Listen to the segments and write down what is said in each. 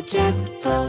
キャスト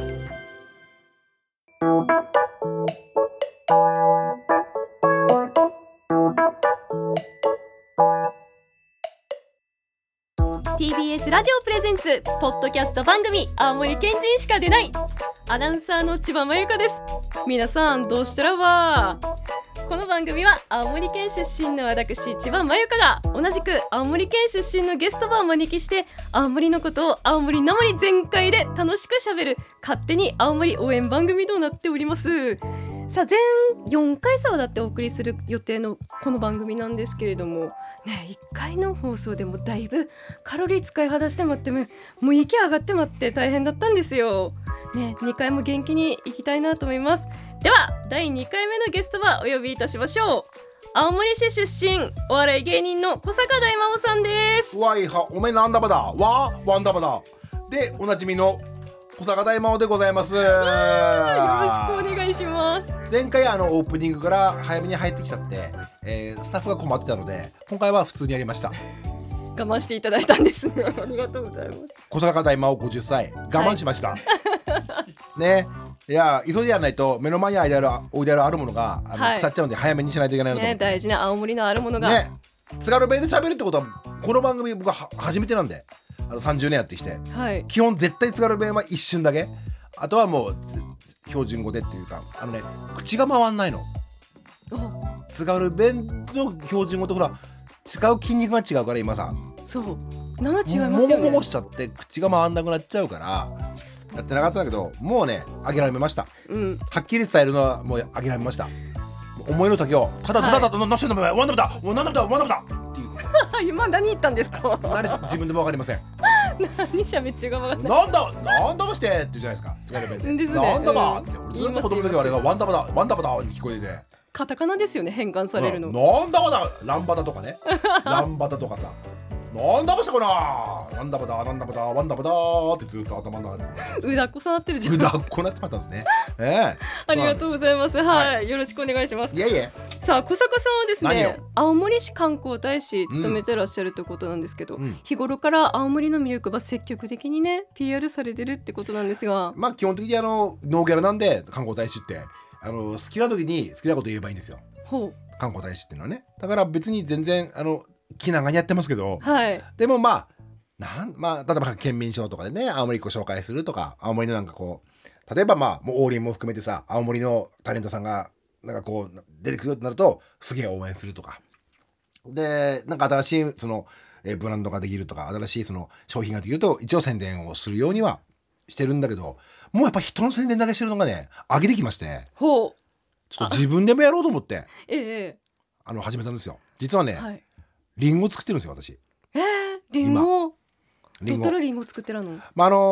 TBS ラジオプレゼンツポッドキャスト番組青森県人しか出ないアナウンサーの千葉真由香です。皆さんどうしたらわ。この番組は青森県出身の私千葉真由香が同じく青森県出身のゲストをお招きして青森のことを青森の森全開で楽しく喋る勝手に青森応援番組となっております。さあ全4回さわだってお送りする予定のこの番組なんですけれどもね、1回の放送でもだいぶカロリー使い果たしてまってもう息上がってまって大変だったんですよ、ね、2回も元気にいきたいなと思います。では第2回目のゲストはお呼びいたしましょう。青森市出身お笑い芸人の小坂大魔王さんです。 わいはおめなんだばだわワンダバだでおなじみの小坂大魔王でございます。よろしくお願いします。 前回オープニングから早めに入ってきちゃって、スタッフが困ってたので今回は普通にやりました。 我慢していただいたんですね。ありがとうございます。 小坂大魔王50歳我慢しました、ね。いや急いでやらないと目の前に置いてあるものが腐っちゃうんで早めにしないといけないなと思って、 大事な青森のあるものが、 ね、津軽弁で喋るってことはこの番組僕は初めてなんで30年やってきて、 はい、 基本絶対津軽弁は一瞬だけ、あとはもう標準語でっていうか口が回んないの。津軽弁の標準語とほら使う筋肉が違うから今さそう7違いますよね。 もももしちゃって口が回んなくなっちゃうからやってなかったんだけどもうね諦めました、はっきり伝えるのはもう諦めました。思いの丈をただなしてんのワンダムだっていう今何言ったんですか。 自分でも分かりません何しゃべっちゅうが分かんない。 なんだばしてって言うじゃないですか津軽弁で、 ですね、 なんだばって俺ずっと子供の時はあれがワンダバだに聞こえててカタカナですよね変換されるの、 なんだばだランバダとかねランバダとかさなんだばしたかななんだばだワンダバだってずっと頭の中でうだっこさなってるじゃん。 うだっこなってまったんですね、 ありがとうございます。はい、よろしくお願いします。 いえさあ小坂さんはですね青森市観光大使務めてらっしゃるということなんですけど、日頃から青森の魅力は積極的にね PR されてるってことなんですが、 まあ基本的にノーギャラなんで観光大使って好きな時に好きなこと言えばいいんですよ。観光大使っていうのはね。だから別に全然気長にやってますけど、でも例えば県民賞とかでね青森1個紹介するとか青森のなんかこう例えばもう王林も含めてさ青森のタレントさんがなんかこう出てくるようになるとすげえ応援するとかでなんか新しいブランドができるとか新しい商品ができると一応宣伝をするようにはしてるんだけどもうやっぱ人の宣伝だけしてるのがね飽きてきましてちょっと自分でもやろうと思って始めたんですよ。実はね、リンゴ作ってるんですよ私。 リンゴどったらリンゴ作ってるの？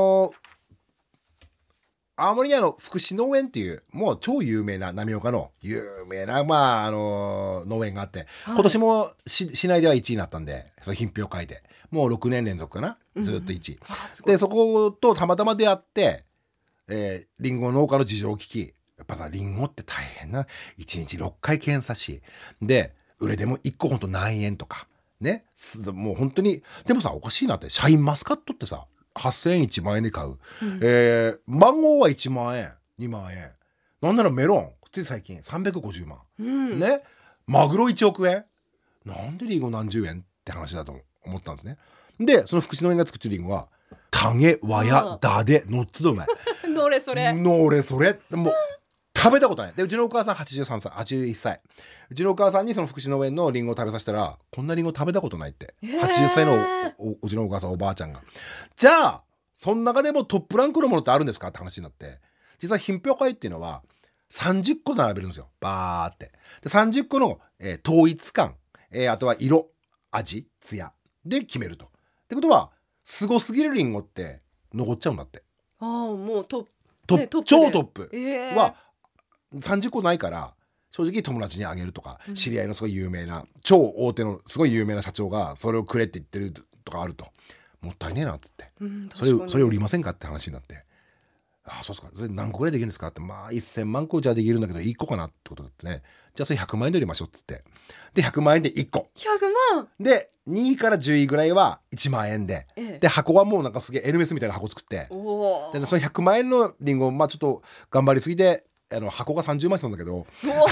青森に福祉農園っていうもう超有名な浪岡の有名な農園があって、今年も市内では1位になったんでその品評会でもう6年連続かな、ずっと1位、でそことたまたま出会ってリンゴ農家の事情を聞きやっぱさリンゴって大変な1日6回検査しで売れても1個ほんと何円とかねもう本当にでもさおかしいなってシャインマスカットってさ8000円1万円で買う、マンゴーは1万円2万円なんならメロンつい最近350万、ねマグロ1億円なんでリンゴ何十円って話だと思ったんですね。でその福祉農園が作ってるリンゴは種和やだでのっつどうまいのれそれもう食べたことないでうちのお母さん81歳うちのお母さんにその福祉農園のリンゴを食べさせたらこんなリンゴ食べたことないって、80歳のうちのお母さんおばあちゃんがじゃあその中でもトップランクのものってあるんですかって話になって実は品評会っていうのは30個並べるんですよバーってで30個の、統一感、あとは色味艶で決めるとってことはすごすぎるリンゴって残っちゃうんだって。 もう超トップは30個ないから正直友達にあげるとか、知り合いのすごい有名な超大手のすごい有名な社長がそれをくれって言ってるとかあるともったいねえなっつって、それを売りませんかって話になってあ、そうですか。それ何個ぐらいできるんですかって、まあ1000万個じゃできるんだけど1個かなってことだってね。じゃあそれ100万円で売りましょうっつって、で100万円で1個 100万で、2位から10位ぐらいは1万円で、で箱はもうなんかすげえエルメスみたいな箱作って、でその100万円のリンゴ、まあちょっと頑張りすぎて箱が30万円するんだけど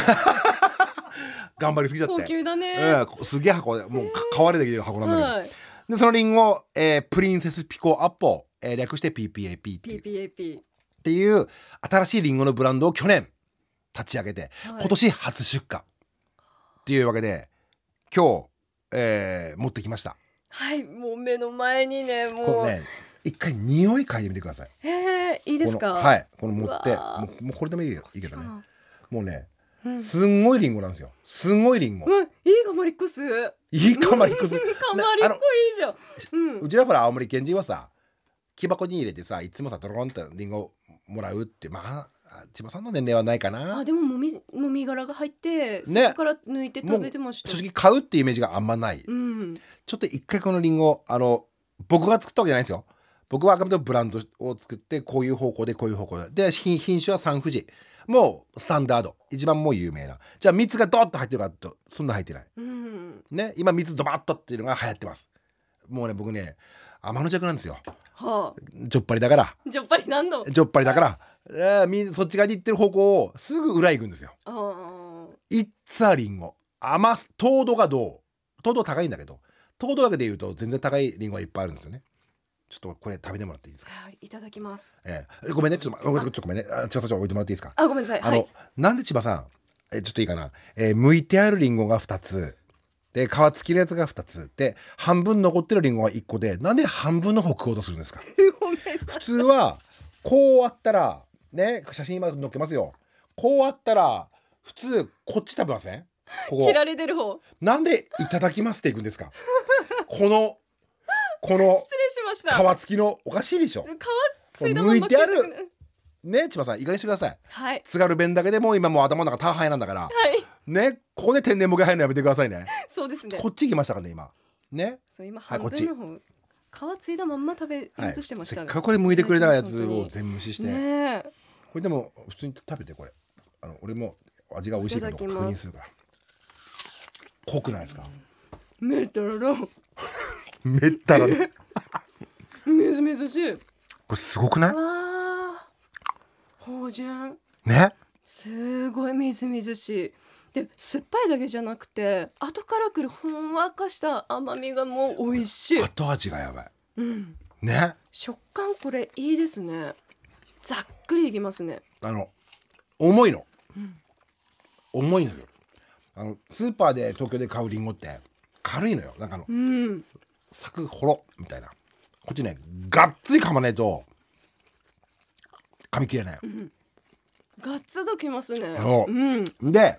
頑張りすぎちゃって、 高級だね、 すげえ箱でもう買われできる箱なんだけど、はい、でそのリンゴ、プリンセスピコアッポ、略して PPAP っていう新しいリンゴのブランドを去年立ち上げて、はい、今年初出荷っていうわけで今日、持ってきました。 はい、もう目の前にね、もうこれね、一回匂い嗅いでみてください。 いいですか。 はい、この持ってもうこれでもいいけどね、もうね、すんごいリンゴなんですよ。すんごいリンゴ。 いいガマリックス。 いいガマリックス。 ガマリックいいじゃん。 うちらほら青森県人はさ、木箱に入れてさ、いつもさドロンってリンゴもらうって、まあ千葉さんの年齢はないかな。 あ、でももみ殻が入ってそこから抜いて食べてました。 正直買うっていうイメージがあんまない。ちょっと一回このリンゴ、僕が作ったわけじゃないんですよ。僕はあくまでもブランドを作って、こういう方向でこういう方向で、品種はサンフジ、もうスタンダード、一番もう有名な。じゃあ蜜がドッと入ってるかと、そんな入ってない、ね。今蜜ドバッとっていうのが流行ってます。もうね、僕ね天の弱なんですよ。ちょっぱりだから。 ちょっぱりなんの？ ちょっぱりだから、そっち側に行ってる方向をすぐ裏行くんですよ。いっつリンゴ糖度が糖度高いんだけど、糖度だけで言うと全然高いリンゴがいっぱいあるんですよね。ちょっとこれ食べてもらっていいですか。 いただきます。 ごめんね、ちょっとごめんね、千葉さん、置いてもらっていいですか。 ごめんなさい。 なんで千葉さん、ちょっといいかな、剥いてあるリンゴが2つで、皮付きのやつが2つで、半分残ってるリンゴが1個で、なんで半分の方食おうとするんですか。普通はこうあったらね、写真今載っけますよ。こうあったら普通こっち食べません？ 切られてる方。 なんでいただきますっていくんですか。この失礼しました。 皮付きのおかしいでしょ。 皮付いたまま剥いてあるね。千葉さん、いかにしてください。 はい。 津軽弁だけでもう今もう頭の中ターハイなんだから。 はい。 ね、ここで天然ボケ入るのやめてくださいね。 そうですね。 こっち行きましたからね今。ね。 そう今半分の方、皮付いたまんま食べようとしてました。 せっかくこれ剥いてくれたやつを全無視して。 ね。 これでも普通に食べて、これ俺も味が美味しいかどうか確認するから。濃くないですか。 めったらだ。 めったらだ。 みずみずしい。 これすごくない？ 芳醇ね。 すごいみずみずしい。で酸っぱいだけじゃなくて、後からくるほんわかした甘みがもう美味しい。 後味がやばい。ね。 食感これいいですね。ざっくりいきますね。 重いの。重いのよ。スーパーで東京で買うリンゴって軽いのよ。なんかサクホロみたいな。こっちね、がっつり噛まないと噛み切れないよ。 ガッツときますね。 で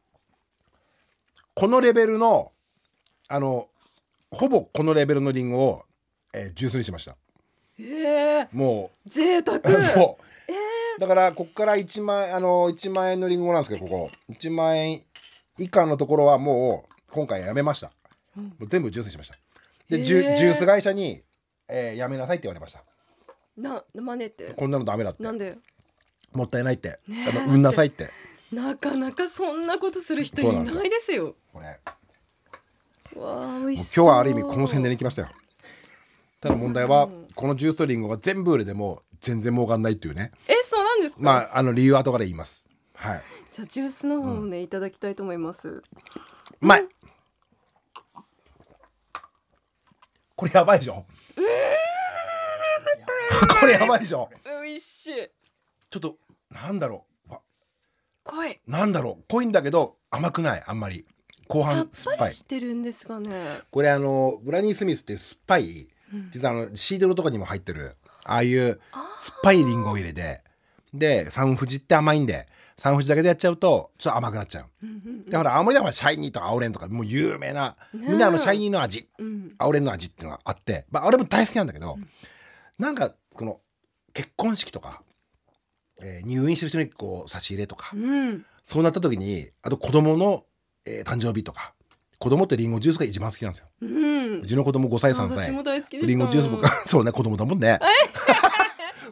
このレベルのほぼこのレベルのリンゴを、ジュースにしました。もう贅沢。 そう、だからこっから1万円のリンゴなんですけど、ここ1万円以下のところはもう今回やめました。もう全部ジュースにしました。でジュース会社に、やめなさいって言われました。 真似って、こんなのダメだって。 なんで？ もったいないって、売んなさいって。 なかなかそんなことする人いないですよ。 これわあ、美味しそう。 今日はある意味この宣伝に来ましたよ。ただ問題は、このジュースとリンゴが全部売れても全然儲かんないっていうね。 そうなんですか。 まあ理由は後から言います。はい。 じゃあジュースの方をね、いただきたいと思います。 うまい。これやばいでしょ。これやばいでしょ。 美味しい。 ちょっとなんだろう。 濃い。 なんだろう。濃いんだけど甘くない。あんまり。後半酸っぱいしてるんですかね。 これグラニースミスって酸っぱい、実はシードルとかにも入ってるああいう酸っぱいリンゴを入れて、でサンフジって甘いんで、サンフジだけでやっちゃうとちょっと甘くなっちゃう。だから青森ではシャイニーとか青レンとかもう有名な、みんなシャイニーの味、青レンの味っていうのがあって、あれも大好きなんだけど、なんかこの結婚式とか、入院してる人にこう差し入れとか、そうなった時に、あと子供の誕生日とか、子供ってリンゴジュースが一番好きなんですよ。うちの子供5歳3歳、 私も大好きでした。 リンゴジュース僕そうね、子供だもんね。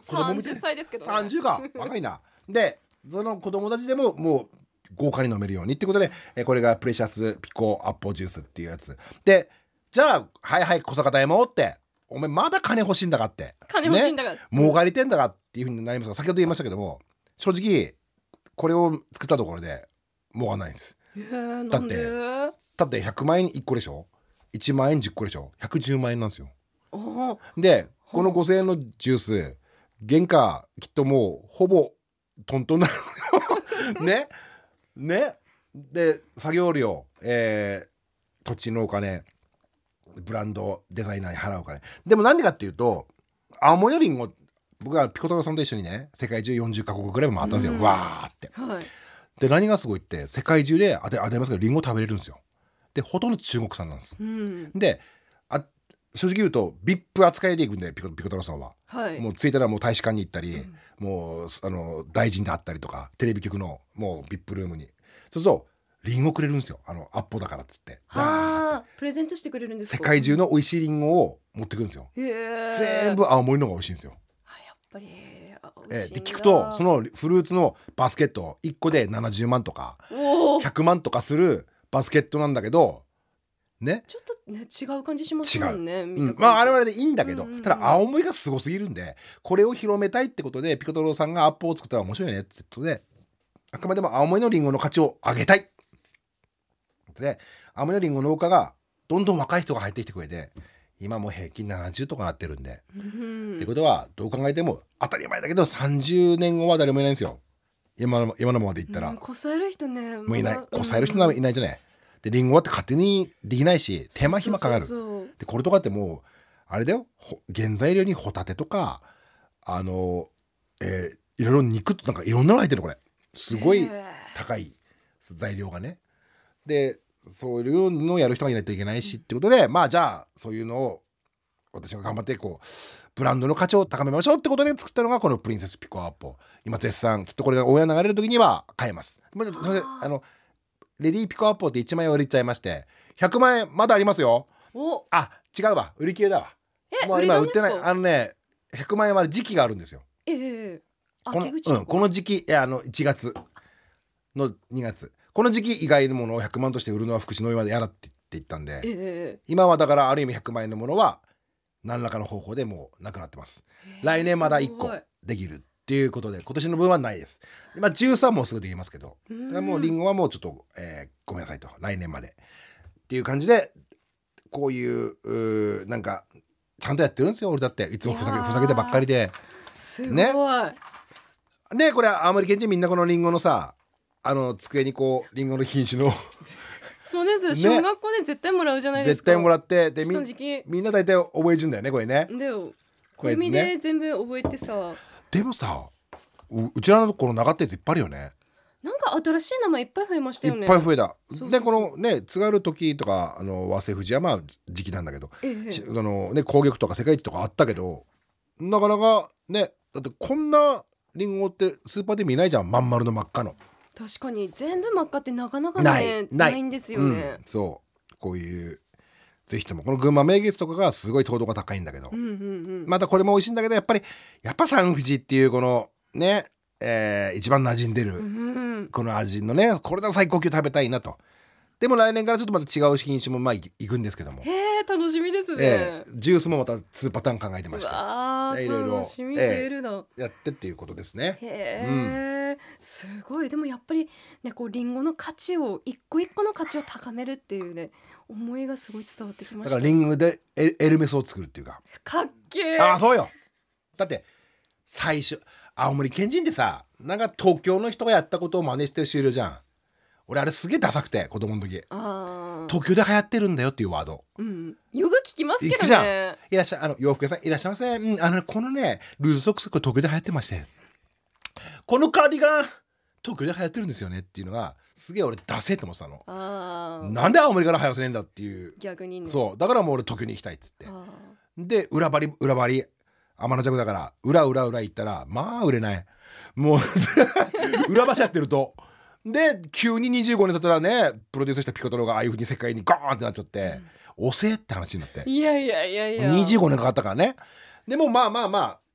子供みたい 30歳ですけどね。 30か若いな。でその子供たちでももう豪華に飲めるようにってことで、これがプレシャスピコアッポージュースっていうやつで、じゃあはいはい小坂大魔王ってお前まだ金欲しいんだかって、 金欲しいんだから、 ね、儲かりてんだかっていうふうになりますが、先ほど言いましたけども正直これを作ったところで儲かんないんです。 なんでだって100万円1個でしょ、1万円10個でしょ、110万円なんですよ。 おでこの5000円のジュース原価きっともうほぼトントンなんですよね。ねで作業料、土地のお金、ブランドデザイナーに払うお金でもなんでかっていうと、青森のリンゴ僕はピコ太郎さんと一緒にね世界中40カ国ぐらい回ったんですよ、わーって、 はい、 で何がすごいって世界中で当たりますけどリンゴ食べれるんですよ。でほとんど中国産なんです、で正直言うと VIP 扱いでいくんでピコ太郎さんは、はい、もう着いたらもう大使館に行ったり、もう大臣で会ったりとかテレビ局のもう VIP ルームに、そうするとリンゴくれるんですよ、アッポだからっつって、 プレゼントしてくれるんですか。 世界中の美味しいリンゴを持ってくるんですよ。全部青森のが美味しいんですよ。 やっぱりで聞くとそのフルーツのバスケット1個で70万とか100万とかするバスケットなんだけどね、 ちょっとね違う感じしますもんね。 まああれはあれでいいんだけど、ただ青森がすごすぎるんでこれを広めたいってことでピコ太郎さんがアップを作ったら面白いねってことで、あくまでも青森のリンゴの価値を上げたいで、青森のリンゴ農家がどんどん若い人が入ってきてくれて、今もう平均70とかなってるんで、ってことはどう考えても当たり前だけど30年後は誰もいないんですよ。今のままでいったら、 こさえる人ねもういない、こさえる人はいないじゃない。でリンゴって勝手にできないし手間暇かかる。でこれとかってもうあれだよ、原材料にホタテとかいろいろ肉となんかいろんなの入ってる、これすごい高い材料がね。でそういうのをやる人がいないといけないしってことで、まあじゃあそういうのを私が頑張ってこうブランドの価値を高めましょうってことで作ったのがこのプリンセスピコアッポ。今絶賛きっとこれがオンエア流れる時には買えます。それレディーピコアッポって1万円売りちゃいまして100万円まだありますよ。あ、違うわ、売り切れだわ。もう今売ってない。100万円は時期があるんですよ。この時期1月の2月この時期以外のものを100万として売るのは福祉の上までやらって言ったんで、今はだからある意味100万円のものは何らかの方法でもうなくなってます。来年まだ1個できるっていうことで今年の分はないです。まあ13もすぐできますけど、もうリンゴはもうちょっと、ごめんなさいと来年までっていう感じで、こういうなんかちゃんとやってるんですよ。俺だっていつもふざけてばっかりですごいね。でこれ青森県人みんなこのリンゴのさ机にこうリンゴの品種のそうです、小学校で絶対もらうじゃないですか。 絶対もらってでみんな大体覚え順だよね、これね。 で小指で全部覚えてさ。でもさうちらのところなかったやついっぱいあるよね。 なんか新しい名前いっぱい増えましたよね。 いっぱい増えた。でこのね津軽時とか早生藤山時期なんだけど、ね攻撃とか世界一とかあったけどなかなかね、だってこんなリンゴってスーパーで見ないじゃん、まん丸の真っ赤の。 確かに全部真っ赤ってなかなかねないんですよね、 そうこういうぜひともこの群馬名月とかがすごい糖度が高いんだけど、またこれも美味しいんだけどやっぱ三富士っていうこのね、一番馴染んでる、この味のねこれの最高級食べたいなと。でも来年からちょっとまた違う品種もまあいくんですけども、 楽しみですね、 ジュースもまた2パターン考えてまして、いろいろ楽しみ出るな、 やってっていうことですね。 すごい。でもやっぱりねこうリンゴの価値を一個一個の価値を高めるっていうね思いがすごい伝わってきました。 だからリンゴでエルメスを作るっていうかかっけー。 そうよ。だって最初青森県人ってさなんか東京の人がやったことを真似して終了じゃん。俺あれすげえダサくて子供の時、東京で流行ってるんだよっていうワード、 よく聞きますけどね。 いらっしゃ洋服屋さんいらっしゃいませ、このねルーズソックスこれ東京で流行ってまして、このカーディガン東京で流行ってるんですよねっていうのがすげえ俺ダセーと思ってたの。なんで青森から流行せねえんだっていう。 逆にね。 そうだからもう俺東京に行きたいっつって、で裏張り天の弱だから裏行ったらまあ売れない、もう裏場所やってるとで急に25年経ったらねプロデュースしたピコ太郎がああいう風に世界にゴーンってなっちゃって、遅えって話になって、 いや 25年かかったからね。でもまあ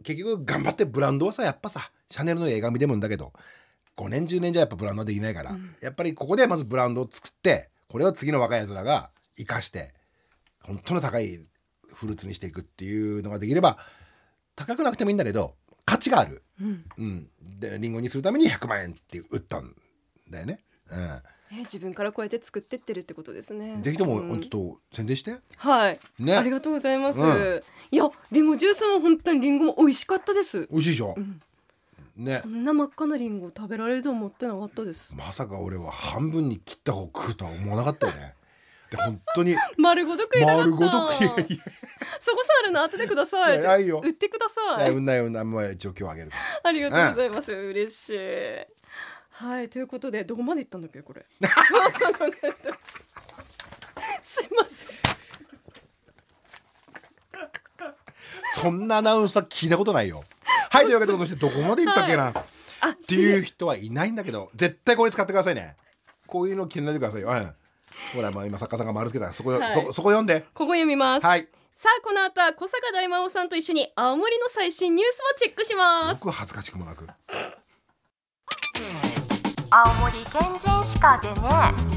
結局頑張ってブランドはさやっぱさシャネルの映画見てもんだけど5年10年じゃやっぱブランドはできないから、やっぱりここでまずブランドを作ってこれを次の若いやつらが生かして本当の高いフルーツにしていくっていうのができれば高くなくてもいいんだけど価値がある、でリンゴにするために100万円って売ったんだよね、 自分からこうやって作ってってるってことですね。 ぜひともちょっと宣伝して。 はい、 ね、 ありがとうございます、いやリンゴジュースは本当にリンゴも美味しかったです。 美味しいでしょ、ね、 こんな真っ赤なリンゴを食べられると思ってなかったです。 まさか俺は半分に切った方食うとは思わなかったよねで本当に丸ごと食いなかった。 丸ごと食いそこさあるの後でください。 ないよ売ってください。 うんないもう一応今日あげるありがとうございます、嬉しい。はい、ということでどこまで行ったんだっけこれすいませんそんなアナウンサー聞いたことないよはいというわけでことしてどこまで行ったっけな、っていう人はいないんだけど絶対これ使ってくださいね。こういうの気になってくださいよ、ほら今作家さんが丸つけたそこ、そこ読んでここ読みます。 はい。 さあこの後は小坂大魔王さんと一緒に青森の最新ニュースをチェックします。 僕は恥ずかしくもなく青森県人しかでね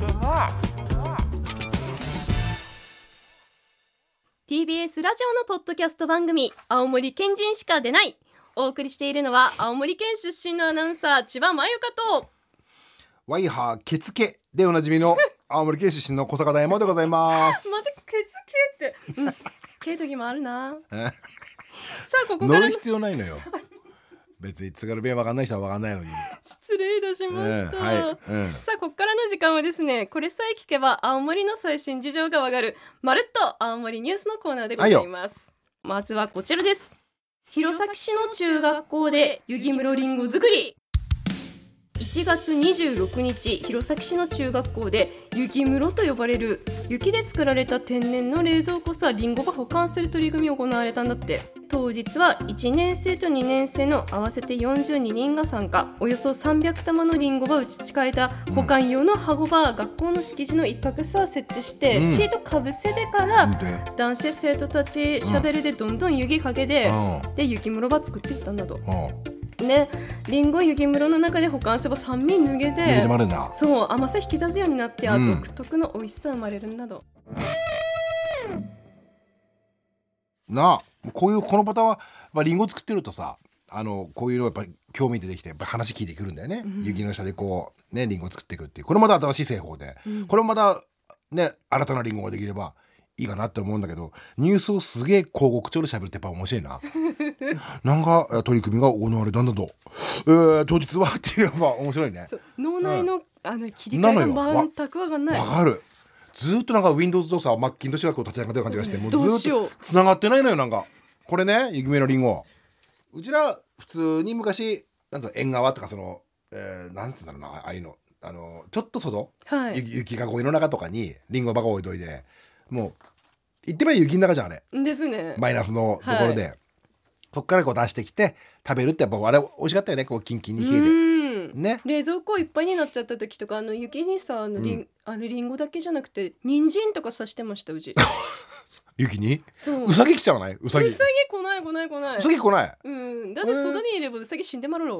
TBS ラジオのポッドキャスト番組青森県人しか出ない。お送りしているのは青森県出身のアナウンサー千葉真由香とワイハーケツケでおなじみの青森県出身の小坂大魔王でございますまたケツケって、ケイ時もあるなさあここから乗る必要ないのよ別に津軽弁わかんない人はわかんないのに失礼いたしました、さあここからの時間はですねこれさえ聞けば青森の最新事情がわかるまるっと青森ニュースのコーナーでございます。まずはこちらです。弘前市の中学校で雪室りんご作り。1月26日弘前市の中学校で雪室と呼ばれる雪で作られた天然の冷蔵庫さリンゴが保管する取り組みが行われたんだって。当日は1年生と2年生の合わせて42人が参加。およそ300玉のリンゴが打ち付えた保管用の箱が学校の敷地の一角さ設置して、シートかぶせてから男子生徒たちシャベルでどんどん雪かけて、で雪室が作っていったんだと。ね、リンゴ雪室の中で保管せば酸味抜けてそう甘さ引き出すようになって、独特の美味しさ生まれるんだと。 なあこのパターンは、リンゴ作ってるとさこういうのやっぱり興味出てきてやっぱ話聞いてくるんだよね、雪の下でこうねリンゴ作っていくっていうこれまた新しい製法で、これもまたね新たなリンゴができればいいかなって思うんだけどニュースをすげえ広告調で喋るってやっぱ面白いななんか取り組みが行われたんだと、当日はっていうのは面白いね。 脳内の、切り替えが全く分かんない。 わかる。ずっとなんか Windows とさマッキントッシュがこう立ち上がってる感じがしてもうずっとつながってないのよ。なんかこれね雪目のリンゴうちら普通に昔なんつうの縁側とかその、なんつうんだろうなああいうのちょっと外、雪がごいの中とかにリンゴ箱置いといてもう言ってみれば雪の中じゃんあれですねマイナスのところで、そっからこう出してきて食べるってやっぱあれ美味しかったよねこうキンキンに冷えて。ね、 冷蔵庫いっぱいになっちゃった時とか雪にさリンゴだけじゃなくて人参とか刺してましたうち雪にうさぎ来ちゃわない？うさぎ来ない。 うさぎ来ない。 だって外にいればうさぎ死んでまるろ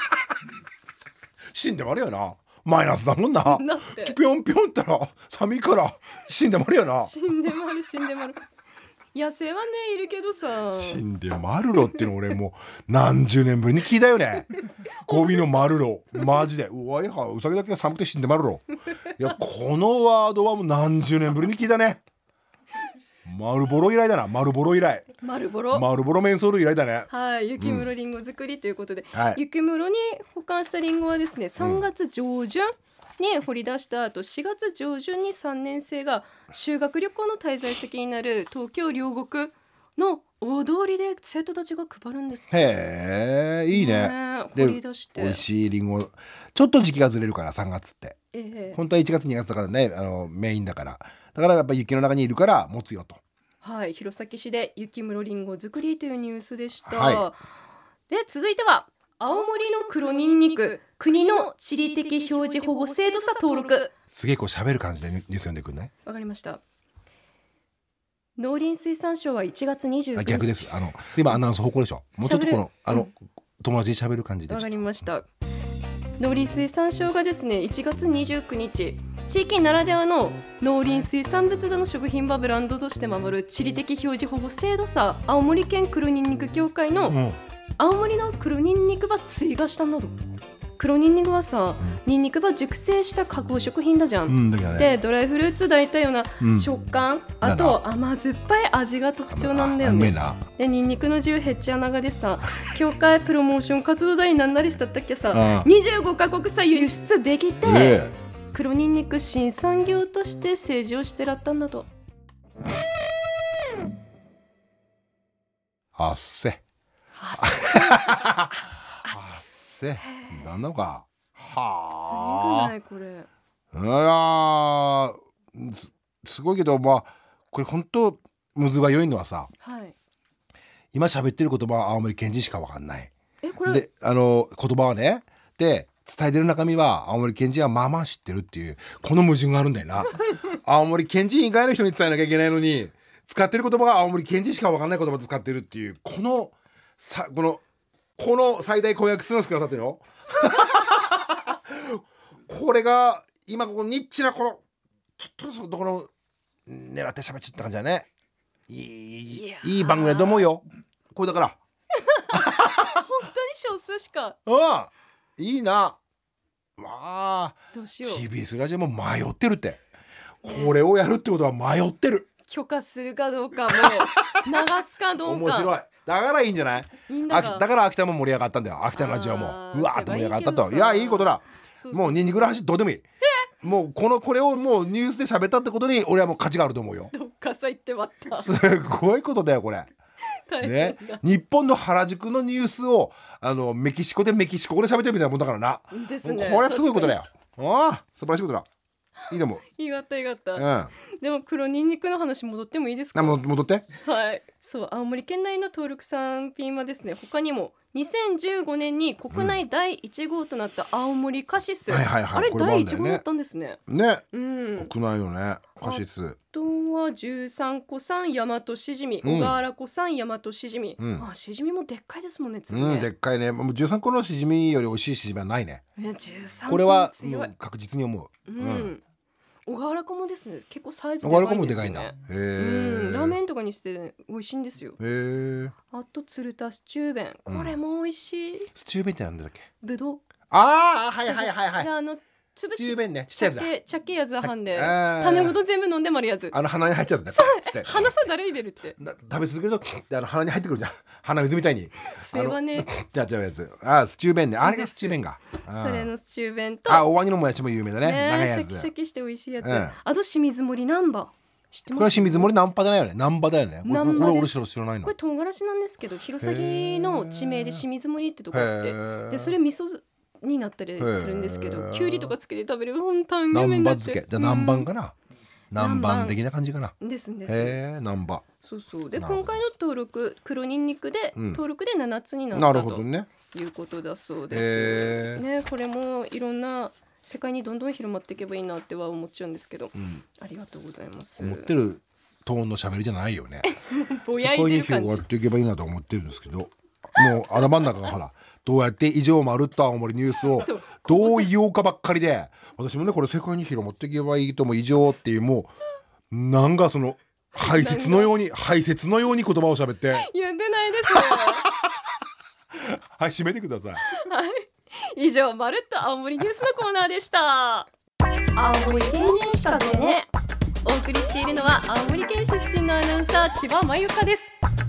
死んでまるよな。マイナスだもんな。だってピョンピョンったら寒いから死んでまるよな。 死んでまる野生はねいるけどさ死んでマルロっていうの俺もう何十年ぶりに聞いたよねゴミのマルロマジでうわいはうさぎだけが寒くて死んでマルロいやこのワードはもう何十年ぶりに聞いたね。マルボロ以来だな。マルボロメンソール以来だね。 はい雪室りんご作りということで、雪室に保管したりんごはですね3月上旬に掘り出した後4月上旬に3年生が修学旅行の滞在先になる東京両国の大通りで生徒たちが配るんです。 へえいいね。 掘り出して美味しいリンゴちょっと時期がずれるから3月って、本当は1月2月だからねメインだからやっぱ雪の中にいるから持つよと。 はい弘前市で雪室りんご作りというニュースでした、で続いては青森の黒ニンニク国の地理的表示保護制度さ登録。 すげえこう喋る感じでニュース読んでくんね。 わかりました。 農林水産省は1月29日。 逆です。今アナウンス方向でしょ。もうちょっとこの友達で喋る感じで。 わかりました。農林水産省がですね1月29日地域ならではの農林水産物などの食品はブランドとして守る地理的表示保護制度さ青森県黒ニンニク協会の青森の黒ニンニクば追加したんだと。黒ニンニクはさ、ニンニクば熟成した加工食品だじゃん、でドライフルーツ抱いたような食感、あと甘酸っぱい味が特徴なんだよね。でニンニクの銃ヘッチ穴がでさ協会プロモーション活動だりなんなりしたったっけさ、25カ国さ輸出できて、黒ニンニク新産業として成長してらったんだと。 あっせなんなのか。 はあ。すごくないこれ。 すごいけど、まあこれ本当むずが良いのはさ、 はい、 今喋ってる言葉は青森県人しか分かんない。 これで言葉はね、で伝えてる中身は青森県人はまあまあ知ってるっていうこの矛盾があるんだよな。青森県人以外の人に伝えなきゃいけないのに使ってる言葉が青森県人しか分かんない言葉を使ってるっていうこの最大公約数の少なさっていうのこれが今ここニッチなちょっとそのところ狙って喋っちゃった感じだね。いい番組だと思うよこれだから本当に少数しか。 いいな。まあどうしよう。 TBS ラジオも迷ってるって。これをやるってことは迷ってる。 許可するかどうかも流すかどうか。 面白い。だからいいんじゃない。だから秋田も盛り上がったんだよ。秋田のラジオもうわーっと盛り上がったと。いやいいことだ。もうニンニクの話どうでもいい。もうこれをもうニュースで喋ったってことに俺はもう価値があると思うよ。 どっかさ言ってまった。 すごいことだよこれ。ね、日本の原宿のニュースをメキシコ語で喋ってるみたいなもんだからな。 ですね。 これはすごいことだよ。素晴らしいことだ。いいと思う。 よかった、でも黒ニンニクの話戻ってもいいですか。 戻って。 はい。そう青森県内の登録産品はですね他にも2015年に国内第1号となった青森カシス、あれ第1号だったんですね。国内のねカシス。 あとは13個産大和しじみ、小川原湖産大和しじみ、しじみもでっかいですもんね。 でっかいね。もう13個のしじみより美味しいしじみはないね。 13 これはもう確実に思う。 小川原湖もですね結構サイズでかいんですよね。 でかいんだ。 ラーメンとかにして美味しいんですよ。あと鶴田スチューベン、これも美味しい。 スチューベンってなんだっけ。 ぶどう。 はいスチューベンね、ちっちゃいやつだ。 ちゃっけやつはんで種ごと全部飲んでもあるやつ。 鼻に入っちゃうね。 鼻さ誰入れるって食べ続けると鼻に入ってくるじゃん。鼻水みたいにそれはねやっちゃうやつ。スチューベンね。あれがスチューベンが。 それのスチューベンとおわにのもやしも有名だね。長いやつ。 シャキシャキして美味しいやつ。あと清水森ナンバ知ってます。 これは清水森ナンパじゃないよね。ナンバだよね。これ俺知らないの。 これ唐辛子なんですけど弘前の地名で清水森ってとこあって、でそれ味噌になったりするんですけど、きゅうりとかつけて食べる本当に南蛮漬け。じゃあ南蛮かな。南蛮的な感じかな。 です南蛮。 そうで今回の登録黒ニンニクで登録で7つになったということだそうですね。これもいろんな世界にどんどん広まっていけばいいなっては思っちゃうんですけど、ありがとうございます。 思ってるトーンの喋りじゃないよね。 ぼやいてる感じ。 世界に広がっていけばいいなと思ってるんですけど、もう頭の中がほらどうやって以上まるっと青森ニュースをどう言おうかばっかりで、私もねこれ世界に広まっていけばいいとも以上っていうもうなんかその排泄のように言葉を喋って言ってないですはい締めてください。 以上まるっと青森ニュースのコーナーでした。青森県人しか出ね。お送りしているのは青森県出身のアナウンサー千葉真由香です。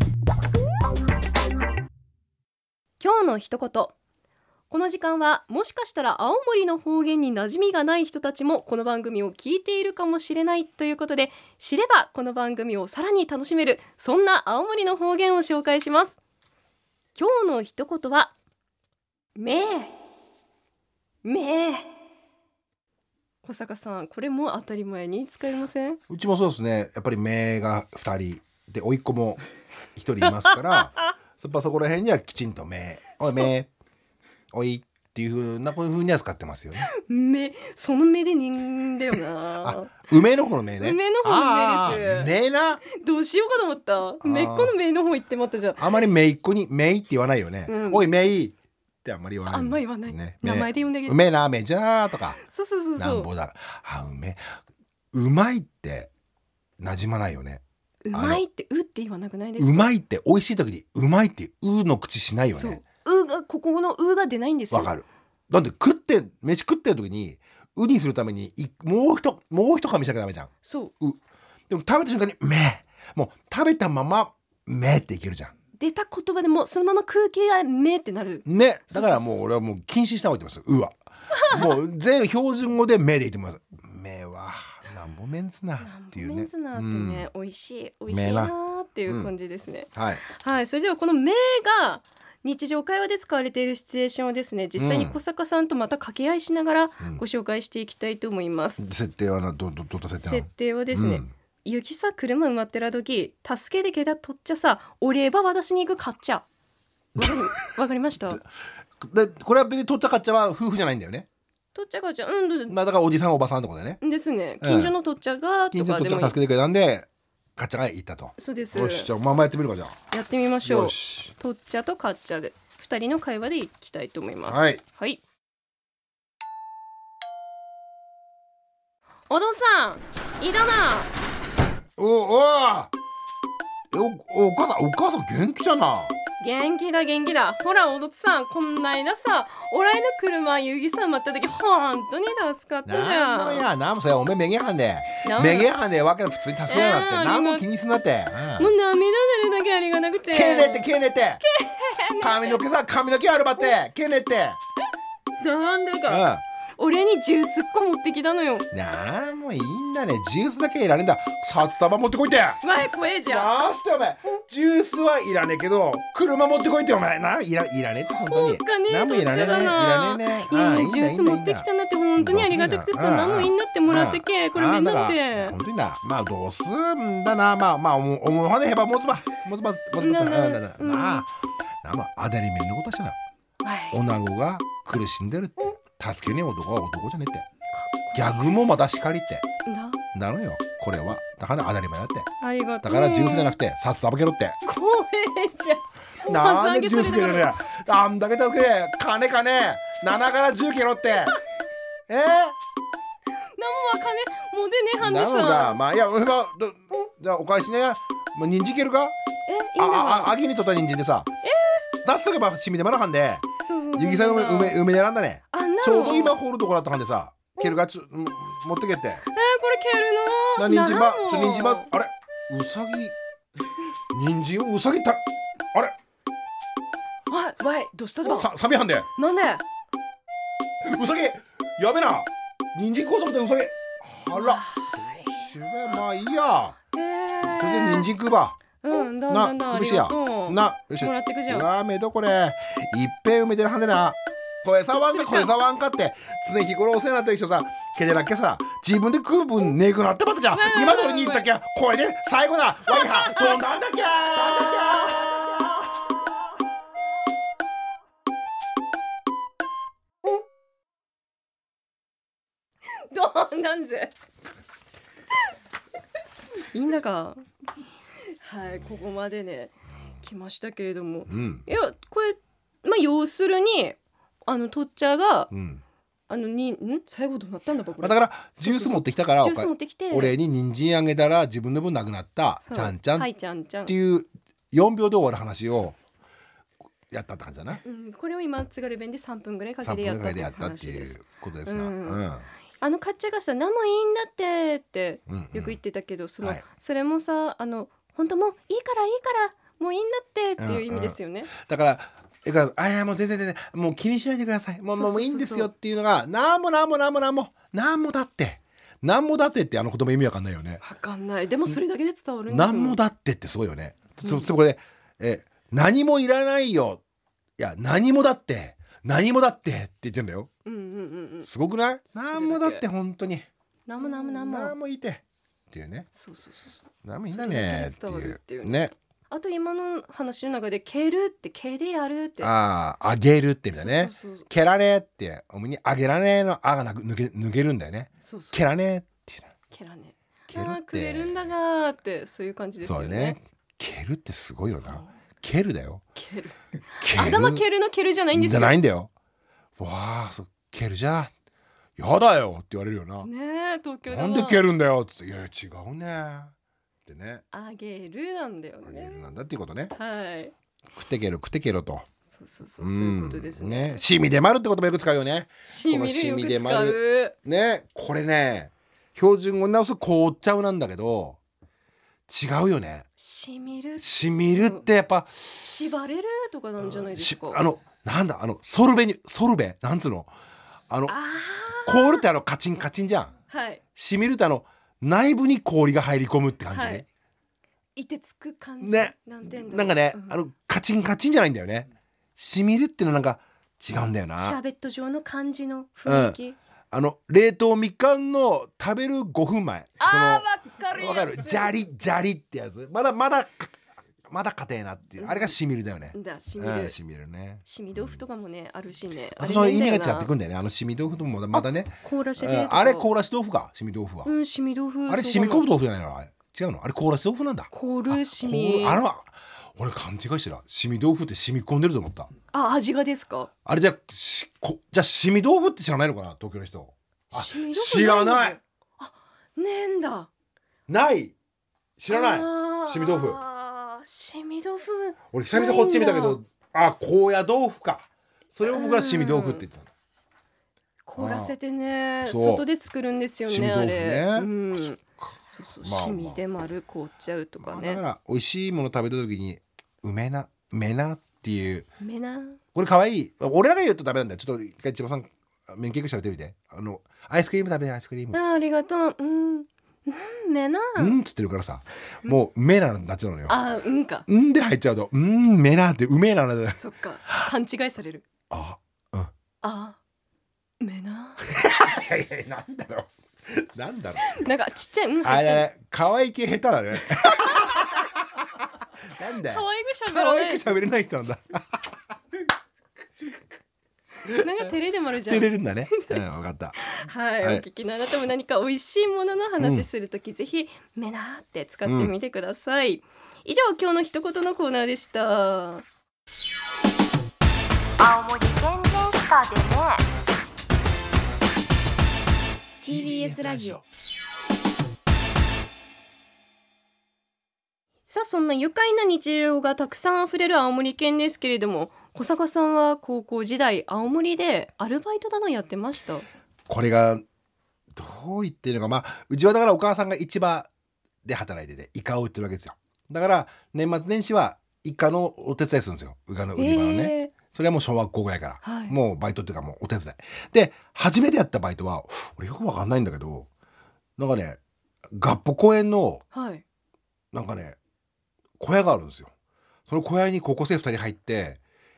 今日の一言。この時間はもしかしたら青森の方言に馴染みがない人たちもこの番組を聞いているかもしれないということで、知ればこの番組をさらに楽しめる、そんな青森の方言を紹介します。今日の一言はめー。小坂さん、これも当たり前に使いません？ うちもそうですね。やっぱりめが2人で甥っ子も1人いますからやっぱそこら辺にはきちんとめおいめおいっていう風なこういう風には使ってますよね。 目、その目で人だよな。 あ、梅の方の目ね。 梅の方の目です。 ねえな。 どうしようかと思った。めっこの目の方行ってまったじゃん。 あまりめいっ子にめいって言わないよね。おいめいってあんまり言わない。 あんまり言わない。 ね、 名前で呼んであげる。 梅なめじゃーとか。 そうそうそうそう。 なんぼだ。うまいって馴染まないよね。 うまいってうって言わなくないですか。 うまいって美味しい時にうまいってうの口しないよね。 そう。うがここのうが出ないんですよ。 わかる。だって飯食ってる時にうにするためにもう一噛みしなきゃダメじゃん。 そう。 でも食べた瞬間にもう食べたままっていけるじゃん。 出た言葉でもそのまま空気がめってなるね。だからもう俺はもう禁止した方がいいと思います。もう全標準語でめで言ってます。めはなんぼめんつなっていうね。 メンツナーってね、美味しいなーっていう感じですね。 はい。 はい。それではこのめが日常会話で使われているシチュエーションをですね、実際に小坂さんとまた掛け合いしながらご紹介していきたいと思います。 設定はどんな設定なの？ 設定はですね、雪さ車埋まってら時助けてけたとっちゃさお礼ば私に行くかっちゃわかりました。 でこれは別にとっちゃかっちゃは夫婦じゃないんだよね。 とっちゃかっちゃだからおじさんおばさんとかでね。 ですね。近所のとっちゃが近所のとっちゃが助けてくれたんでかっちゃが行ったと。 そうです。 よし、じゃあまあやってみるか。じゃあやってみましょう。 よし。 とっちゃとかっちゃで2人の会話でいきたいと思います。 はい、 はい。お父さんいいだな。 お母さん元気じゃな。 元気だ。ほらお父さんこんな間さおらいの車ゆぎさん待った時本当に助かったじゃん。 なんもさおめめげはんでわけ普通に助けやがって、なんも気にすんなって、 もう涙出るだけありがなくてけねって髪の毛あるばってけねってなんだか、俺にジュースっこ持ってきたのよ。 なんもいいんだね。ジュースだけいらねえんだ。札束持ってこいって。 わい怖えじゃん。 なしてお前ジュースはいらねえけど車持ってこいってお前いらねえって本当に。 なんもいらねえジュース持ってきたなって本当にありがたくてさ、なんもいいんだってもらってけこれでんだって本当にな。まあどうすんだな。まあ思うはねへば持つばまああだりめんのことしたな。女子が苦しんでるって助けねえ男は男じゃねえってギャグもまた叱りってなのよ。これはだから当たり前だって。 ありがとう。 だからジュースじゃなくてさっさばけろって。 怖えじゃん。 なんでジュースけろね。あんだけだけ金7から10けろってなんも金もうでねはんでさ。 なのだ。まあいやじゃあお返しね。もう人参いけるか。 いいんだ。 秋にとった人参でさ出すとけばしみでまらはんでゆきさんの梅選んだね。ちょうど今掘るとこだったはんでさ蹴るが持ってけって。これ蹴るの人参ばあれうさぎ人参をうさぎたあれわいどうしたじゃん。 サメはんでなんでうさぎやべな人参食おうと思ってうさぎあらしべまあいいや当然人参食うばな苦しやなよしもらってくじゃん。 うわめどこれいっぺん埋めてるはんでな。これさわんかって常日頃お世話になってる人さけでらっけさ自分で食う分ねえくなってまったじゃん。今それに言ったっけこれで最後だわいはどんなんだっけどうなんぜいいんだか。はいここまでね来ましたけれども、いやこれ要するにとっちゃが、最後どうなったんだこれ。 だからジュース持ってきたからお礼に人参あげたら自分の分なくなったちゃんちゃんっていう4秒で終わる話をやったって感じだな。 これを今津軽弁で3分ぐらいかけてやったっていう話です。 ことですが、 かっちゃがさ何もいいんだってよく言ってたけどそれもさ本当もういいからもういいんだっていう意味ですよね。 だからもう全然もう気にしないでくださいもういいんですよっていうのがなんもだってって言葉意味わかんないよね。 わかんない。でもそれだけで伝わるんですよ。 なんもだってってすごいよね。そこで何もいらないよいや何もだってって言ってんだよ。すごくない？なんもだって本当になんもいいてっていうね。 そうなんもいいんだねっていうね。 あと今の話の中で蹴るって蹴でやるって、 あげるって意味だね。 そうそうそう蹴らねってお前にあげらねのあが抜けるんだよね。 そうそう蹴らねっていうの。 蹴らね蹴るってくれるんだがーってそういう感じですよね。 そうね。蹴るってすごいよそうな。蹴るだよ。 蹴る蹴る頭蹴るの蹴るじゃないんですじゃよ。 ないんだよ。わあ、蹴るじゃやだよって言われるよな。 ねえ東京ではなんで蹴るんだよっつって、いやいや違うねってね。 あげるなんだよあげるね。 なんだっていうことね。 はい食ってけろ食ってけろと。 そうそういうことですね。 しみでまるって言葉よく使うよね。 しみるよく使このしみでまう。 ね、これね、標準語に直すと凍っちゃうなんだけど違うよね。 しみるしみるってやっぱ縛れるとかなんじゃないですか。 なんだソルベなんつうの凍るってカチンカチンじゃん。 はい。 しみるって内部に氷が入り込むって感じね。 はいいてつく感じね。 なんて言うんだろうなんかね、カチンカチンじゃないんだよね。しみるっていうのなんか違うんだよな。 シャーベット状の感じの雰囲気、 冷凍みかんの食べる5分前、 わかるやつわかる、ジャリってやつ、まだ硬いなっていう、あれがしみるだよね。 しみる、 しみるね。 しみ豆腐とかもねあるしね、 その意味が違ってくんだよね。しみ豆腐ともまだね、 凍らしであれ凍らし豆腐か、しみ豆腐は。 しみ豆腐、 あれしみこぶ豆腐じゃないの、あれ違うの、あれ凍らし豆腐なんだ。 凍るしみ、 俺勘違いしてた。しみ豆腐って染み込んでると思った。 味がですか。 あれじゃあしみ豆腐って知らないのかな、東京の人。知らない。 ねえんだ。 ない知らない。しみ豆腐。 しみ豆腐。 俺久々こっち見たけど、高野豆腐か。それを僕はしみ豆腐って言ってたの。 凍らせてね、外で作るんですよね、あれ。そうしみで丸凍っちゃうとかね。 だから美味しいもの食べた時にめなっていうめな、 これ可愛い。俺らが言うとダメなんだよ。ちょっと一回千葉さん面結構喋ってみて。アイスクリーム食べて、アイスクリーム。 ありがとう。めなっつってるからさ、もうめなになっちゃうのよ。 かで入っちゃうとめなってうめえなのだよ。 そっか、勘違いされる。めななんだろう。なんかちっちゃい可愛い系下手だね。なんだよ。可愛く喋れない人なんだ。 なんか照れでもあるじゃん。 照れるんだね。分かった。 はい、お聞きのあなたも何か美味しいものの話するとき、ぜひめなって使ってみてください。以上、今日の一言のコーナーでした。青森県人しかでね TBS ラジオ。さあ、そんな愉快な日常がたくさんあふれる青森県ですけれども、小坂さんは高校時代青森でアルバイトだのやってました。 これがどう言っていいのか、うちはだからお母さんが市場で働いててイカを売ってるわけですよ。だから年末年始はイカのお手伝いするんですよ。イカの売り場のね。それはもう小学校ぐらいから、もうバイトっていうかもうお手伝いで、初めてやったバイトは俺よくわかんないんだけど、なんかね、合浦公園の、なんかね小屋があるんですよ。その小屋に高校生2人入って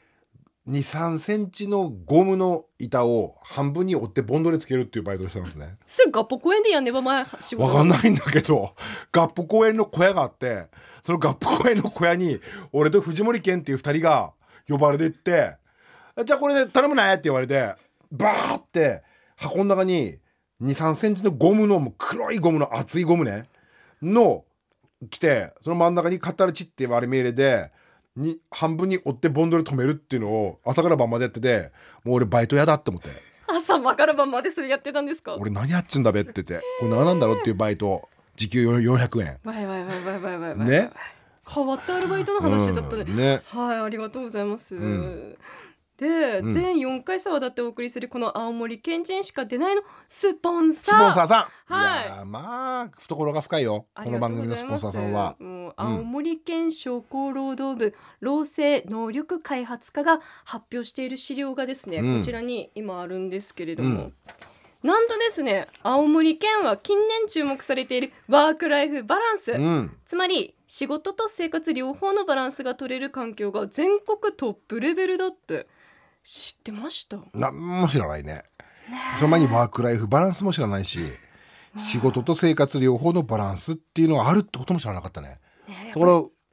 2、3センチのゴムの板を半分に折ってボンドでつけるっていうバイトをしてますね。 すぐ合浦公園でやんねば前仕事。 わかんないんだけど、合浦公園の小屋があって、その合浦公園の小屋に俺と藤森健っていう2人が呼ばれて行って、じゃあこれで頼むねって言われて、バーって箱の中に2、3センチのゴムの、もう黒いゴムの厚いゴムねの来て、その真ん中にカッタルチって割り目入れで半分に折ってボンドで止めるっていうのを朝から晩までやってて、もう俺バイトやだって思って。 朝から晩までそれやってたんですか。 俺何やっちゅんだべって言って、これ何なんだろうっていうバイト、時給400円。ね、 変わったアルバイトの話だったね。はい、ありがとうございます。で、全4回沢だってお送りするこの青森県人しか出ないのスポンサーさん、いや懐が深いよ、この番組のスポンサーさんは。 青森県商工労働部労政能力開発課が発表している資料がですね、こちらに今あるんですけれども、なんとですね、青森県は近年注目されているワークライフバランス、つまり仕事と生活両方のバランスが取れる環境が全国トップレベルだって知ってました？ 何も知らないね。その前にワークライフバランスも知らないし、仕事と生活両方のバランスっていうのがあるってことも知らなかったね。だから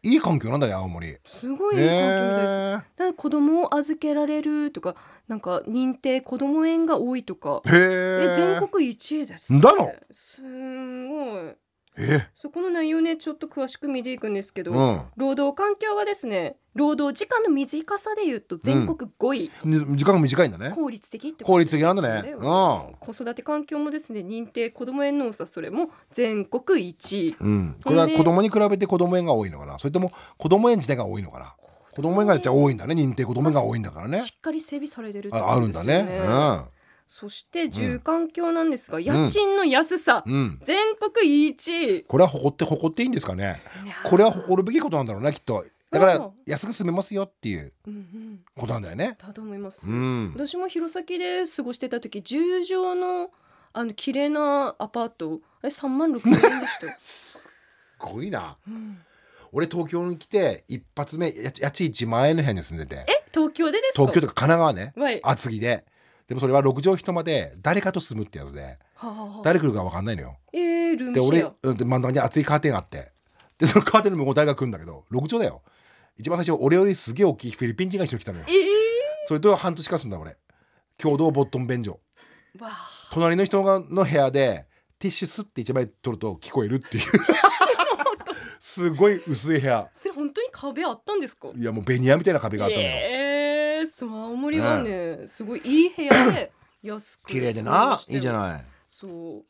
いい環境なんだね青森。 すごいいい環境みたいです。だから子供を預けられるとか、なんか認定子供園が多いとか、 へえ。 全国1位ですね。 だの。 すごい。 えそこの内容ねちょっと詳しく見ていくんですけど、 うん労働環境がですね、労働時間の短さでいうと全国5位、 時間が短いんだね。 効率的ってこと効率的なんだね。 子育て環境もですね、認定子ども園の多さ、それも全国1位、 これは子供に比べて子供園が多いのかな、それとも子供園自体が多いのかな。子供園がじゃ多いんだね。認定子供園が多いんだからね。 しっかり整備されてるってあことですよね。 るんだね。 そして住環境なんですが、家賃の安さ、全国1位。 これは誇っていいんですかね。これは誇るべきことなんだろうな、きっと。だから安く住めますよっていうことなんだよね。 だと思います。私も弘前で過ごしてた時、10畳の綺麗なアパート、36,000円でしたよ。 すごいな。俺東京に来て一発目家賃1万円の部屋に住んでて。 東京でですか？ 東京とか神奈川ね、厚木で。でもそれは6畳一間で誰かと住むってやつで、誰来るか分かんないのよ。 ルームシェアで俺真ん中に厚いカーテンがあって、でそのカーテンの向こう誰が来るんだけど、6畳だよ。一番最初俺よりすげえ大きいフィリピン人が一緒に来たのよ。それと半年間住んだ俺。共同ボットン便所。隣の人の部屋でティッシュスって一枚取ると聞こえるっていうすごい薄い部屋。 それ本当に壁あったんですか？ いやもうベニヤみたいな壁があったのよ。 青森はね、すごいいい部屋で安く綺麗でな、いいじゃない。 そう、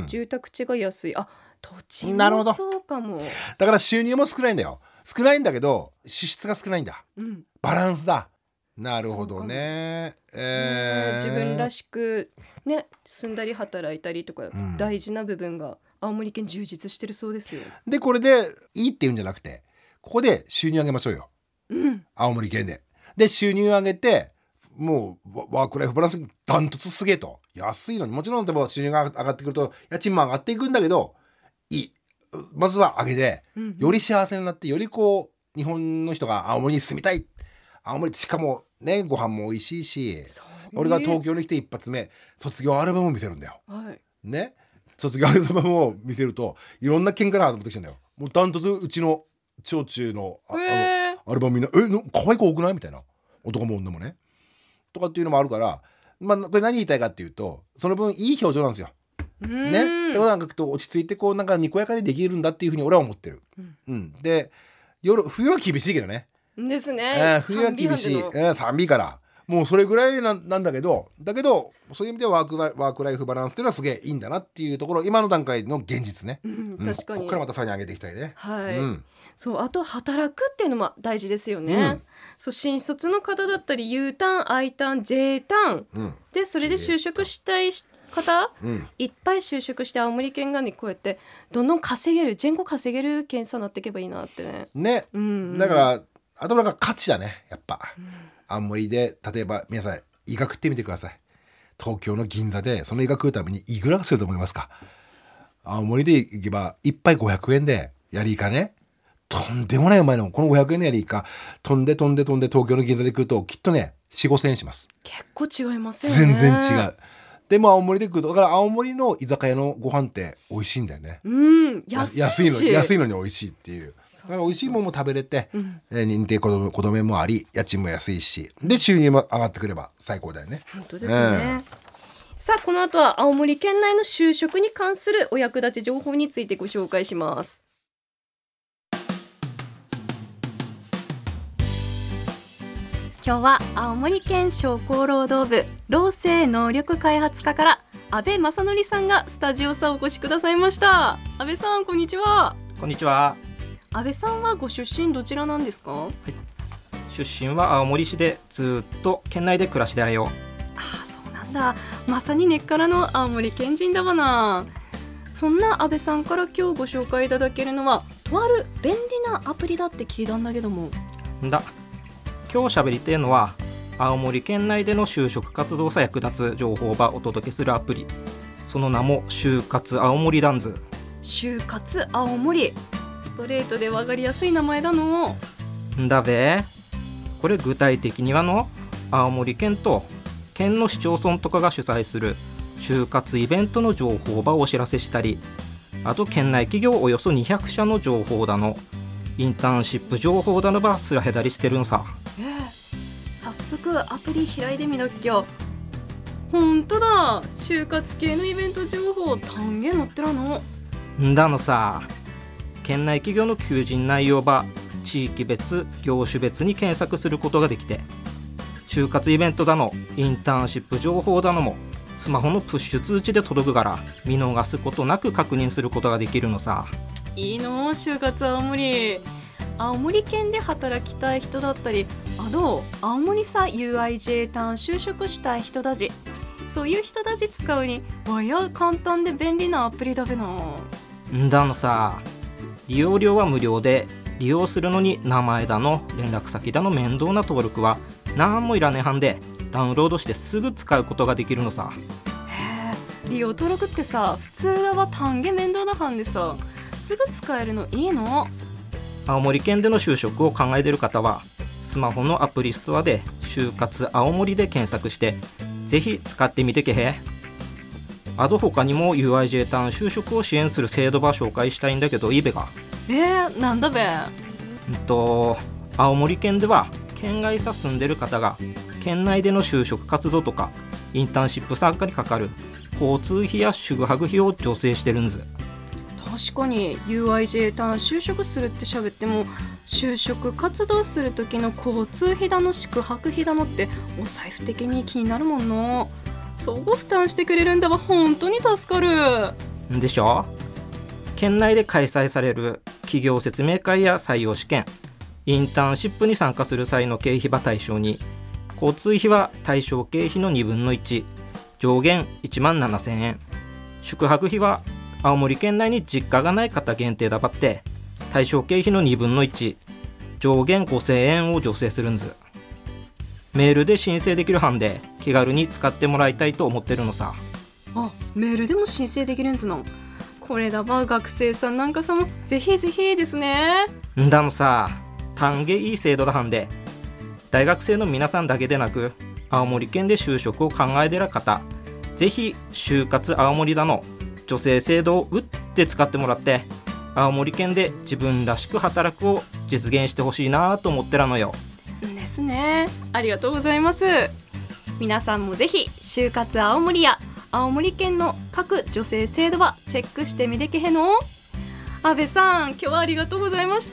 住宅地が安い。土地もそうかも。 だから収入も少ないんだよ。少ないんだけど支出が少ないんだ、バランスだ。なるほどね。 自分らしくね、住んだり働いたりとか、大事な部分が青森県充実してるそうですよ。 でこれでいいっていうんじゃなくて、ここで収入上げましょうよ、青森県で収入上げて、もうワークライフバランスダントツすげえと。安いのにもちろんでも収入が上がってくると家賃も上がっていくんだけど、いい、まずは上げて、より幸せになって、よりこう日本の人が青森に住みたい。青森しかもね、ご飯も美味しいし、俺が東京に来て一発目卒業アルバムを見せるんだよ、ね。卒業アルバムを見せるといろんな県から集まってきたんだよ。もうダントツうちの小中のアルバムみんな可愛い子多くないみたいな、男も女もねとかっていうのもあるから、これ何言いたいかっていうと、その分いい表情なんですよ。ね。だからなんか落ち着いてこうなんかにこやかにできるんだっていうふうに俺は思ってる。で冬は厳しいけどね。 ですね。 冬は厳しい。3B からもうそれぐらいなんだけど、そういう意味ではワークライフバランスっていうのはすげえいいんだなっていうところ、今の段階の現実ね。 確かに。 ここからまたさらに上げていきたいね。 そう、あと働くっていうのも大事ですよね。そう、新卒の方だったり U ターン I ターン J ターン、でそれで就職したい方、いっぱい就職して青森県がね、こうやってどんどん稼げる、前後稼げる検査になっていけばいいなってね。 だからあとなんか価値だね、やっぱ。青森で例えば皆さん医学ってみてください。東京の銀座でその医学のためにいくらすると思いますか？青森で行けば1杯500円でやりいかね、とんでもないうまいの。この500円のやりいか飛んで東京の銀座で食うときっとね 4,5,000 円します。 結構違いますよね。 全然違う。でも青森で食うと、だから青森の居酒屋のご飯って美味しいんだよね。安いのに美味しいっていう。だから美味しいものも食べれて、認定子供園もあり、家賃も安いし、で収入も上がってくれば最高だよね。 本当ですね。さあこの後は青森県内の就職に関するお役立ち情報についてご紹介します。今日は青森県商工労働部労政能力開発課から安倍正則さんがスタジオさお越しくださいました。安倍さん、こんにちは。 こんにちは。 安倍さんはご出身どちらなんですか？ 出身は青森市でずっと県内で暮らしてあれよ。 そうなんだ。まさに根っからの青森県人だわな。そんな安倍さんから今日ご紹介いただけるのはとある便利なアプリだって聞いたんだけども。 今日喋りてえのは青森県内での就職活動さ役立つ情報をお届けするアプリ、その名も就活青森ダンズ。 就活青森、ストレートで分かりやすい名前だの。 だべ、これ具体的にはの青森県と県の市町村とかが主催する就活イベントの情報をお知らせしたり、あと県内企業およそ200社の情報だの。 インターンシップ情報だのばすらへだりしてるんさ。 早速アプリ開いてみなきゃ。ほんとだ、就活系のイベント情報単元載ってらの。 んだのさ、県内企業の求人内容ば地域別業種別に検索することができて、就活イベントだのインターンシップ情報だのもスマホのプッシュ通知で届くから見逃すことなく確認することができるのさ。 いいの、就活青森。青森県で働きたい人だったり、青森さ UIJ ターン就職したい人たち、そういう人たち使うにわや簡単で便利なアプリだべな。 んだのさ、利用料は無料で、利用するのに名前だの連絡先だの面倒な登録は何もいらねえはんで、ダウンロードしてすぐ使うことができるのさ。 へえ、利用登録ってさ、普通だは単元面倒なはんでさ、すぐ使えるのいいの。 青森県での就職を考えている方はスマホのアプリストアで就活青森で検索してぜひ使ってみてけへ。他にも UIJ ターン就職を支援する制度ば紹介したいんだけどいいべが。 なんだべ。 青森県では県外さ住んでる方が県内での就職活動とかインターンシップ参加にかかる交通費や宿泊費を助成してるんず。 確かに UIJ ターン就職するって喋っても、就職活動する時の交通費だの宿泊費だのってお財布的に気になるもんの。相互負担してくれるんだわ、本当に助かる。 でしょ。県内で開催される企業説明会や採用試験、インターンシップに参加する際の経費ば対象に、交通費は対象経費の2分の1、上限1万7000円、宿泊費は青森県内に実家がない方限定だばって、対象経費の2分の1、上限5000円を助成するんず。メールで申請できるはんで気軽に使ってもらいたいと思ってるのさ。 メールでも申請できるんずの。これだば学生さんなんかさもぜひぜひですね。 んだのさ、単元いい制度だはんで、大学生の皆さんだけでなく青森県で就職を考えてる方、ぜひ就活青森だの助成制度を打って使ってもらって、青森県で自分らしく働くを実現してほしいなと思ってらのよ。 ですね。ありがとうございます。皆さんもぜひ就活青森や青森県の各助成制度はチェックしてみてけへの。安部さん、今日はありがとうございました。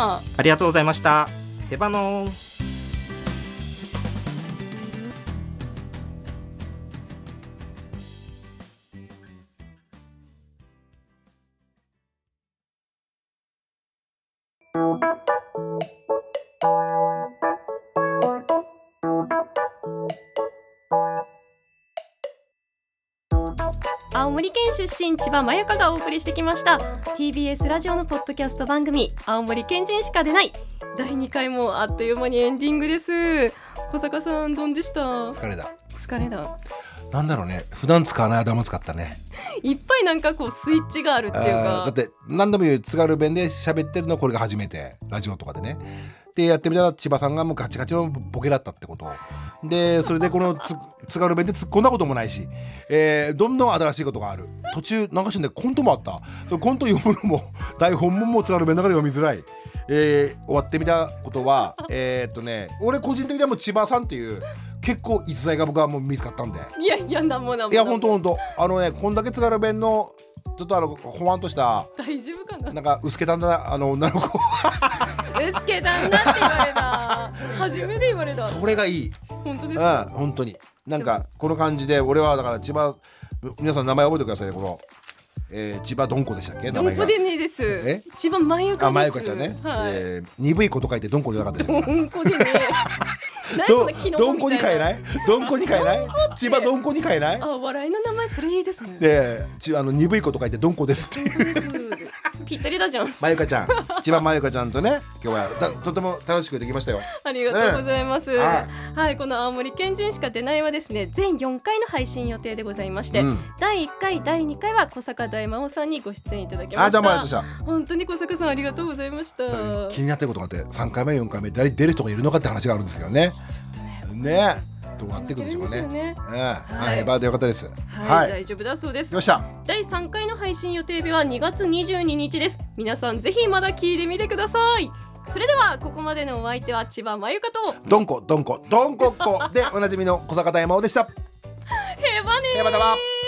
ありがとうございました。ヘバノー。 青森県出身千葉真由香がお送りしてきました TBS ラジオのポッドキャスト番組青森県人しか出ない第2回もあっという間にエンディングです。小坂さんどんでした？ 疲れだ。 なんだろうね、普段使わない頭使ったね。 いっぱいなんかこうスイッチがあるっていうか、 だって何度も言う津軽弁で喋ってるのこれが初めて、ラジオとかでね。でやってみたら千葉さんがもうガチガチのボケだったってことで、それでこの津軽弁で突っ込んだこともないし、どんどん新しいことがある。途中なんかしんでコントもあった。そのコント読むのも台本ももう津軽弁だから読みづらい。終わってみたことは俺個人的にはもう千葉さんっていう結構逸材が僕はもう見つかったんで、 いやなんもいやほんとこんだけ津軽弁のちょっとほわんとした大丈夫かな、 なんか薄けたんだ女の子薄けたんだって言われた初めて言われた。 それがいい。 本当ですか？ 本当になんかこの感じで、俺はだから千葉、皆さん名前覚えてくださいね。この千葉どんこでしたっけ？ どんこでねです。千葉まゆかです。 まゆかちゃんね、 はい、 鈍いこと書いてどんこじゃなかったどんこでねどんこに変えない？どんこに変えない？千葉どんこに変えない？ 笑いの名前それいいですね。 で鈍いこと書いてどんこですっていうぴったりだじゃん。 まゆかちゃん、千葉まゆかちゃんとね今日はとても楽しくできましたよ。 ありがとうございます、はい、この青森県人しか出ないはですね、全4回の配信予定でございまして、第1回第2回は小坂大魔王さんにご出演いただきました。 どうもありがとうございました。 本当に小坂さんありがとうございました。 気になってることがあって、3回目4回目誰出る人がいるのかって話があるんですけどね。ねどうなっていくんでしょうかね。 はい、 バーでよかったです。 はい、大丈夫だそうです。 よっしゃ。 第3回の配信予定日は2月22日です。皆さんぜひまだ聞いてみてください。それではここまでのお相手は千葉真由香とどんこっこでおなじみの小坂田山尾でした。 へばねー。 へばだわ。